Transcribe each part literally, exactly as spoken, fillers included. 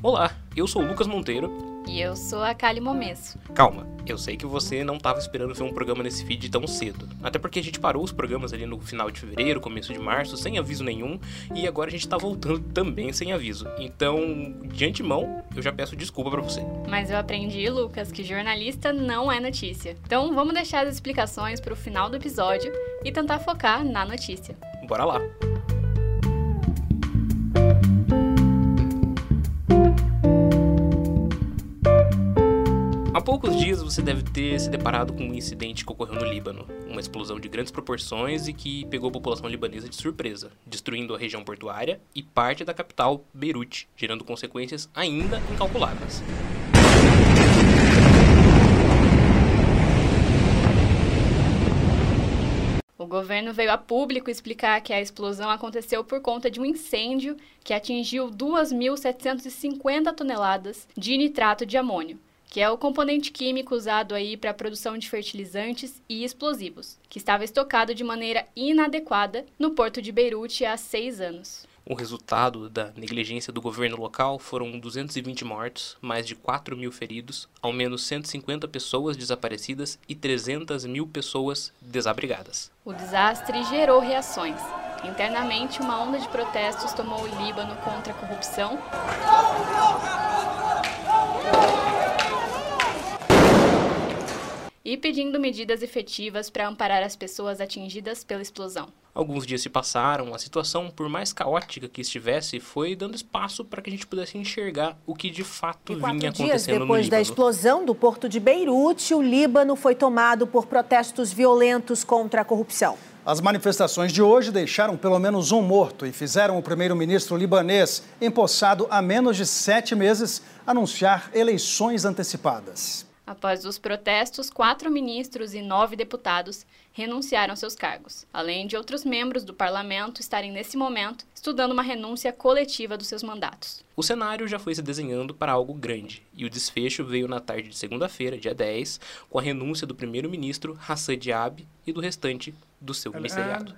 Olá, eu sou o Lucas Monteiro. E eu sou a Kali Momesso. Calma, eu sei que você não estava esperando ver um programa nesse feed tão cedo. Até porque a gente parou os programas ali no final de fevereiro, começo de março, sem aviso nenhum. E agora a gente tá voltando também sem aviso. Então, de antemão, eu já peço desculpa pra você. Mas eu aprendi, Lucas, que jornalista não é notícia. Então vamos deixar as explicações pro final do episódio e tentar focar na notícia. Bora lá! Há poucos dias você deve ter se deparado com um incidente que ocorreu no Líbano, uma explosão de grandes proporções e que pegou a população libanesa de surpresa, destruindo a região portuária e parte da capital, Beirute, gerando consequências ainda incalculáveis. O governo veio a público explicar que a explosão aconteceu por conta de um incêndio que atingiu duas mil setecentas e cinquenta toneladas de nitrato de amônio, que é o componente químico usado aí para a produção de fertilizantes e explosivos, que estava estocado de maneira inadequada no porto de Beirute há seis anos. O resultado da negligência do governo local foram duzentos e vinte mortos, mais de quatro mil feridos, ao menos cento e cinquenta pessoas desaparecidas e trezentas mil pessoas desabrigadas. O desastre gerou reações. Internamente, uma onda de protestos tomou o Líbano contra a corrupção e pedindo medidas efetivas para amparar as pessoas atingidas pela explosão. Alguns dias se passaram, a situação, por mais caótica que estivesse, foi dando espaço para que a gente pudesse enxergar o que de fato vinha acontecendo no Líbano. Dias depois da explosão do porto de Beirute, o Líbano foi tomado por protestos violentos contra a corrupção. As manifestações de hoje deixaram pelo menos um morto e fizeram o primeiro-ministro libanês, empossado há menos de sete meses, anunciar eleições antecipadas. Após os protestos, quatro ministros e nove deputados renunciaram seus cargos, além de outros membros do parlamento estarem nesse momento estudando uma renúncia coletiva dos seus mandatos. O cenário já foi se desenhando para algo grande, e o desfecho veio na tarde de segunda-feira, dia dez, com a renúncia do primeiro-ministro Hassan Diab e do restante do seu ministeriado.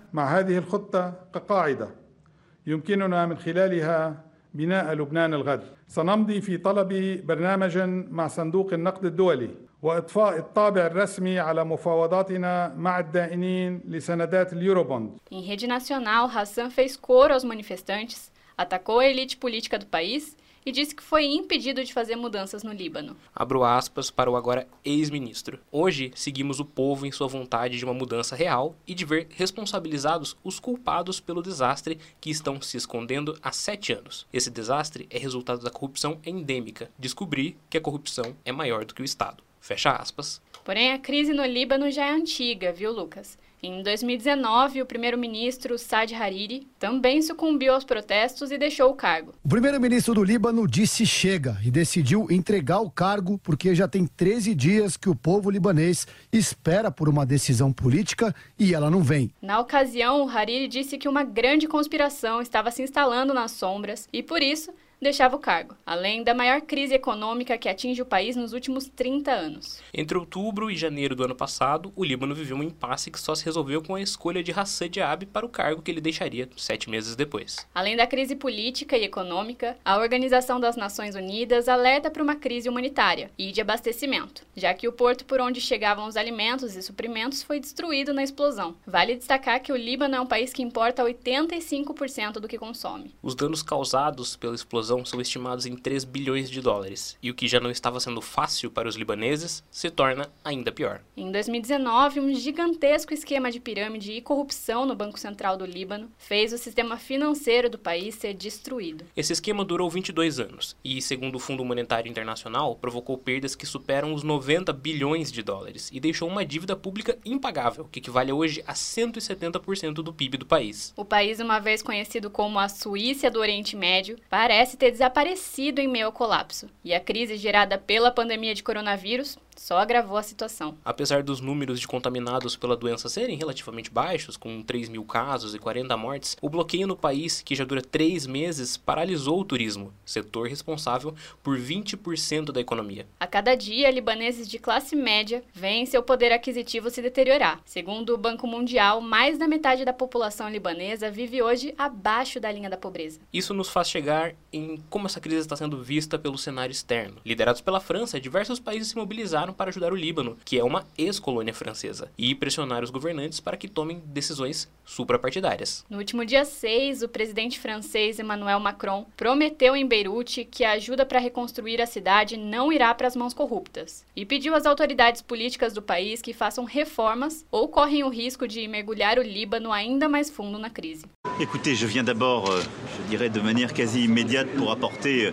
بناء لبنان الغد سنمضي في طلب برنامج مع صندوق النقد الدولي وإضفاء الطابع الرسمي على مفاوضاتنا مع الدائنين لسندات اليوروبوند. Em rede nacional, Hassan fez coro aos manifestantes, atacou a elite política do país e disse que foi impedido de fazer mudanças no Líbano. Abro aspas para o agora ex-ministro. Hoje, seguimos o povo em sua vontade de uma mudança real e de ver responsabilizados os culpados pelo desastre que estão se escondendo há sete anos. Esse desastre é resultado da corrupção endêmica. Descobri que a corrupção é maior do que o Estado. Fecha aspas. Porém, a crise no Líbano já é antiga, viu, Lucas? Em dois mil e dezenove, o primeiro-ministro Saad Hariri também sucumbiu aos protestos e deixou o cargo. O primeiro-ministro do Líbano disse chega e decidiu entregar o cargo porque já tem treze dias que o povo libanês espera por uma decisão política e ela não vem. Na ocasião, o Hariri disse que uma grande conspiração estava se instalando nas sombras e, por isso, deixava o cargo, além da maior crise econômica que atinge o país nos últimos trinta anos. Entre outubro e janeiro do ano passado, o Líbano viveu um impasse que só se resolveu com a escolha de Hassan Diab para o cargo que ele deixaria sete meses depois. Além da crise política e econômica, a Organização das Nações Unidas alerta para uma crise humanitária e de abastecimento, já que o porto por onde chegavam os alimentos e suprimentos foi destruído na explosão. Vale destacar que o Líbano é um país que importa oitenta e cinco por cento do que consome. Os danos causados pela explosão são estimados em três bilhões de dólares, e o que já não estava sendo fácil para os libaneses se torna ainda pior. Em dois mil e dezenove, um gigantesco esquema de pirâmide e corrupção no Banco Central do Líbano fez o sistema financeiro do país ser destruído. Esse esquema durou vinte e dois anos, e, segundo o Fundo Monetário Internacional, provocou perdas que superam os noventa bilhões de dólares, e deixou uma dívida pública impagável, que equivale hoje a cento e setenta por cento do P I B do país. O país, uma vez conhecido como a Suíça do Oriente Médio, parece ter desaparecido em meio ao colapso. E a crise gerada pela pandemia de coronavírus só agravou a situação. Apesar dos números de contaminados pela doença serem relativamente baixos, com três mil casos e quarenta mortes, o bloqueio no país, que já dura três meses, paralisou o turismo, setor responsável por vinte por cento da economia. A cada dia, libaneses de classe média veem seu poder aquisitivo se deteriorar. Segundo o Banco Mundial, mais da metade da população libanesa vive hoje abaixo da linha da pobreza. Isso nos faz chegar em como essa crise está sendo vista pelo cenário externo. Liderados pela França, diversos países se mobilizaram para ajudar o Líbano, que é uma ex-colônia francesa, e pressionar os governantes para que tomem decisões suprapartidárias. No último dia seis, o presidente francês Emmanuel Macron prometeu em Beirute que a ajuda para reconstruir a cidade não irá para as mãos corruptas e pediu às autoridades políticas do país que façam reformas ou correm o risco de mergulhar o Líbano ainda mais fundo na crise. Écoutez, je viens d'abord, je dirais de manière quasi immédiate, pour apporter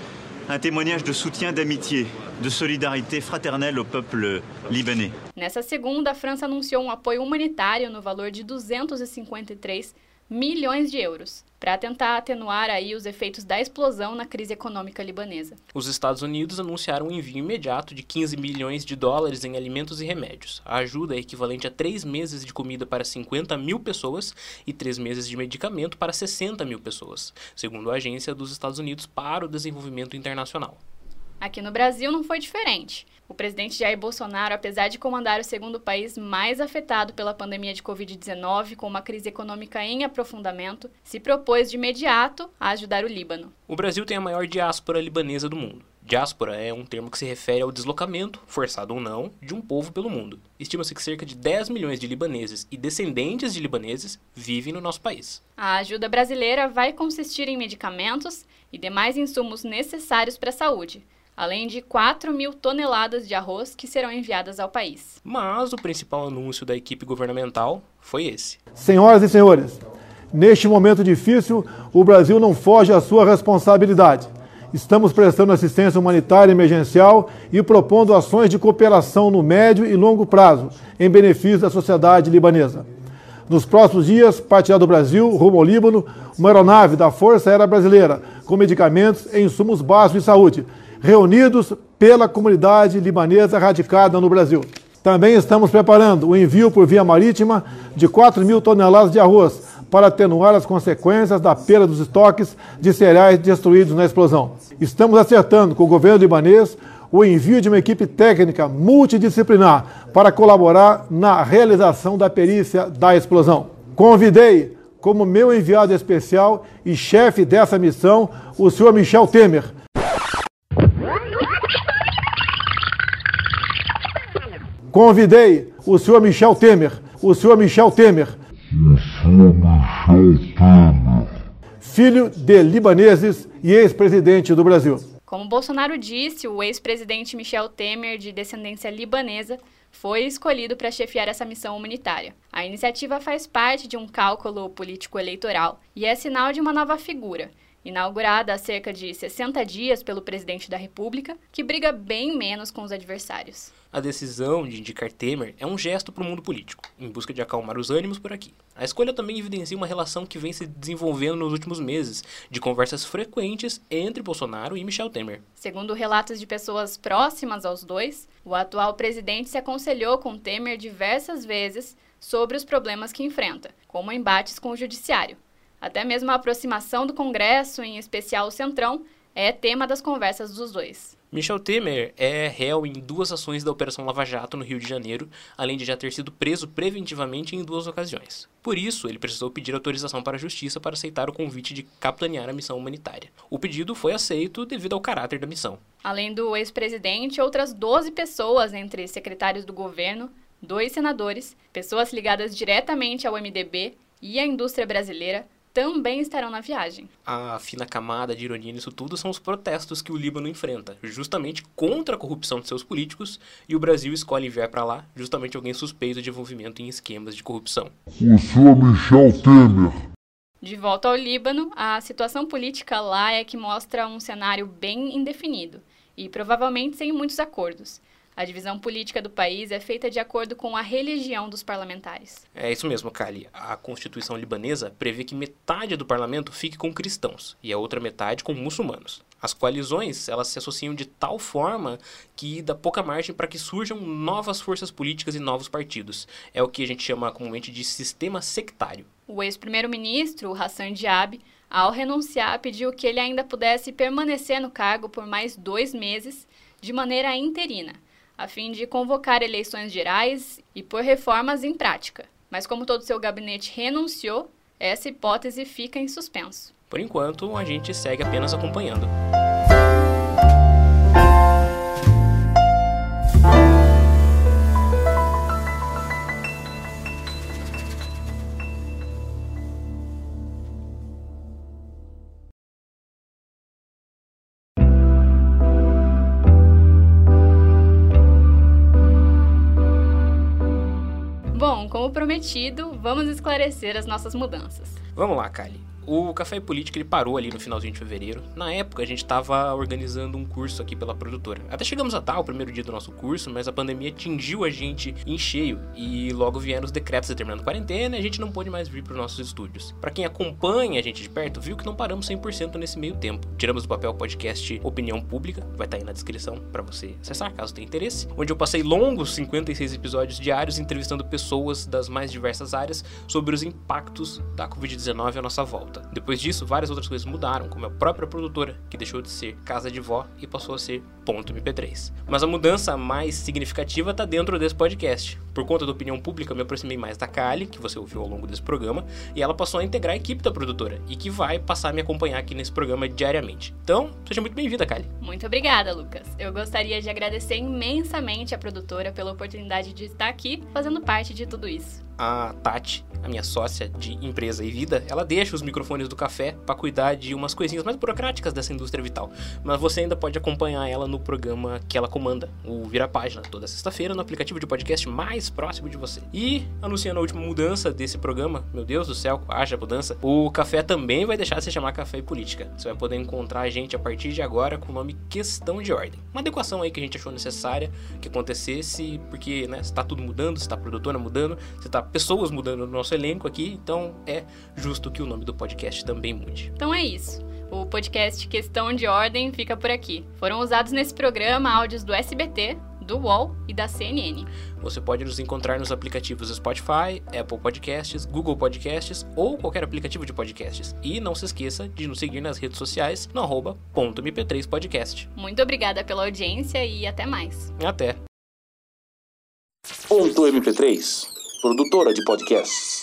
un témoignage de soutien, d'amitié, de solidarité fraternelle au peuple libanais. Nessa segunda, a França anunciou um apoio humanitário no valor de duzentos e cinquenta e três milhões de euros, para tentar atenuar aí os efeitos da explosão na crise econômica libanesa. Os Estados Unidos anunciaram um envio imediato de quinze milhões de dólares em alimentos e remédios. A ajuda é equivalente a três meses de comida para cinquenta mil pessoas e três meses de medicamento para sessenta mil pessoas, segundo a Agência dos Estados Unidos para o Desenvolvimento Internacional. Aqui no Brasil não foi diferente. O presidente Jair Bolsonaro, apesar de comandar o segundo país mais afetado pela pandemia de covid dezenove, com uma crise econômica em aprofundamento, se propôs de imediato a ajudar o Líbano. O Brasil tem a maior diáspora libanesa do mundo. Diáspora é um termo que se refere ao deslocamento, forçado ou não, de um povo pelo mundo. Estima-se que cerca de dez milhões de libaneses e descendentes de libaneses vivem no nosso país. A ajuda brasileira vai consistir em medicamentos e demais insumos necessários para a saúde, além de quatro mil toneladas de arroz que serão enviadas ao país. Mas o principal anúncio da equipe governamental foi esse. Senhoras e senhores, neste momento difícil, o Brasil não foge à sua responsabilidade. Estamos prestando assistência humanitária emergencial e propondo ações de cooperação no médio e longo prazo, em benefício da sociedade libanesa. Nos próximos dias, partirá do Brasil, rumo ao Líbano, uma aeronave da Força Aérea Brasileira, com medicamentos e insumos básicos de saúde, reunidos pela comunidade libanesa radicada no Brasil. Também estamos preparando o envio por via marítima de quatro mil toneladas de arroz para atenuar as consequências da perda dos estoques de cereais destruídos na explosão. Estamos acertando com o governo libanês o envio de uma equipe técnica multidisciplinar para colaborar na realização da perícia da explosão. Convidei como meu enviado especial e chefe dessa missão o senhor Michel Temer. Convidei o senhor Michel Temer, o senhor Michel Temer, o senhor Michel Temer, filho de libaneses e ex-presidente do Brasil. Como Bolsonaro disse, o ex-presidente Michel Temer, de descendência libanesa, foi escolhido para chefiar essa missão humanitária. A iniciativa faz parte de um cálculo político-eleitoral e é sinal de uma nova figura, inaugurada há cerca de sessenta dias pelo presidente da República, que briga bem menos com os adversários. A decisão de indicar Temer é um gesto para o mundo político, em busca de acalmar os ânimos por aqui. A escolha também evidencia uma relação que vem se desenvolvendo nos últimos meses, de conversas frequentes entre Bolsonaro e Michel Temer. Segundo relatos de pessoas próximas aos dois, o atual presidente se aconselhou com Temer diversas vezes sobre os problemas que enfrenta, como embates com o judiciário. Até mesmo a aproximação do Congresso, em especial o Centrão, é tema das conversas dos dois. Michel Temer é réu em duas ações da Operação Lava Jato no Rio de Janeiro, além de já ter sido preso preventivamente em duas ocasiões. Por isso, ele precisou pedir autorização para a Justiça para aceitar o convite de capitanear a missão humanitária. O pedido foi aceito devido ao caráter da missão. Além do ex-presidente, outras doze pessoas, entre secretários do governo, dois senadores, pessoas ligadas diretamente ao M D B e à indústria brasileira, também estarão na viagem. A fina camada de ironia nisso tudo são os protestos que o Líbano enfrenta, justamente contra a corrupção de seus políticos, e o Brasil escolhe enviar para lá justamente alguém suspeito de envolvimento em esquemas de corrupção. O senhor Michel Temer. De volta ao Líbano, a situação política lá é que mostra um cenário bem indefinido e provavelmente sem muitos acordos. A divisão política do país é feita de acordo com a religião dos parlamentares. É isso mesmo, Kali. A Constituição libanesa prevê que metade do parlamento fique com cristãos e a outra metade com muçulmanos. As coalizões, elas se associam de tal forma que dá pouca margem para que surjam novas forças políticas e novos partidos. É o que a gente chama comumente de sistema sectário. O ex-primeiro-ministro, Hassan Diab, ao renunciar, pediu que ele ainda pudesse permanecer no cargo por mais dois meses, de maneira interina, a fim de convocar eleições gerais e pôr reformas em prática. Mas como todo seu gabinete renunciou, essa hipótese fica em suspenso. Por enquanto, a gente segue apenas acompanhando. Bom, como prometido, vamos esclarecer as nossas mudanças. Vamos lá, Kali. O Café e Política ele parou ali no finalzinho de fevereiro. Na época, a gente estava organizando um curso aqui pela produtora. Até chegamos a dar o primeiro dia do nosso curso, mas a pandemia atingiu a gente em cheio e logo vieram os decretos determinando quarentena e a gente não pôde mais vir para os nossos estúdios. Para quem acompanha a gente de perto, viu que não paramos cem por cento nesse meio tempo. Tiramos do papel o podcast Opinião Pública, vai estar aí na descrição para você acessar, caso tenha interesse, onde eu passei longos cinquenta e seis episódios diários entrevistando pessoas das mais diversas áreas sobre os impactos da covid dezenove à nossa volta. Depois disso, várias outras coisas mudaram, como a própria produtora, que deixou de ser Casa de Vó e passou a ser Ponto M P três. Mas a mudança mais significativa está dentro desse podcast. Por conta da Opinião Pública, eu me aproximei mais da Kali, que você ouviu ao longo desse programa, e ela passou a integrar a equipe da produtora, e que vai passar a me acompanhar aqui nesse programa diariamente. Então, seja muito bem-vinda, Kali. Muito obrigada, Lucas. Eu gostaria de agradecer imensamente a produtora pela oportunidade de estar aqui fazendo parte de tudo isso. A Tati, a minha sócia de empresa e vida, ela deixa os microfones do café para cuidar de umas coisinhas mais burocráticas dessa indústria vital. Mas você ainda pode acompanhar ela no programa que ela comanda, o Vira Página, toda sexta-feira no aplicativo de podcast mais próximo de você. E, anunciando a última mudança desse programa, meu Deus do céu, haja mudança, o café também vai deixar de se chamar Café e Política. Você vai poder encontrar a gente a partir de agora com o nome Questão de Ordem. Uma adequação aí que a gente achou necessária que acontecesse, porque, né, se tá tudo mudando, se tá a produtora mudando, se tá pessoas mudando no nosso elenco aqui, então é justo que o nome do podcast também mude. Então é isso. O podcast Questão de Ordem fica por aqui. Foram usados nesse programa áudios do S B T, do U O L e da C N N. Você pode nos encontrar nos aplicativos Spotify, Apple Podcasts, Google Podcasts ou qualquer aplicativo de podcasts. E não se esqueça de nos seguir nas redes sociais no arroba ponto M P três podcast. Muito obrigada pela audiência e até mais. Até. Ponto M P três, produtora de podcasts.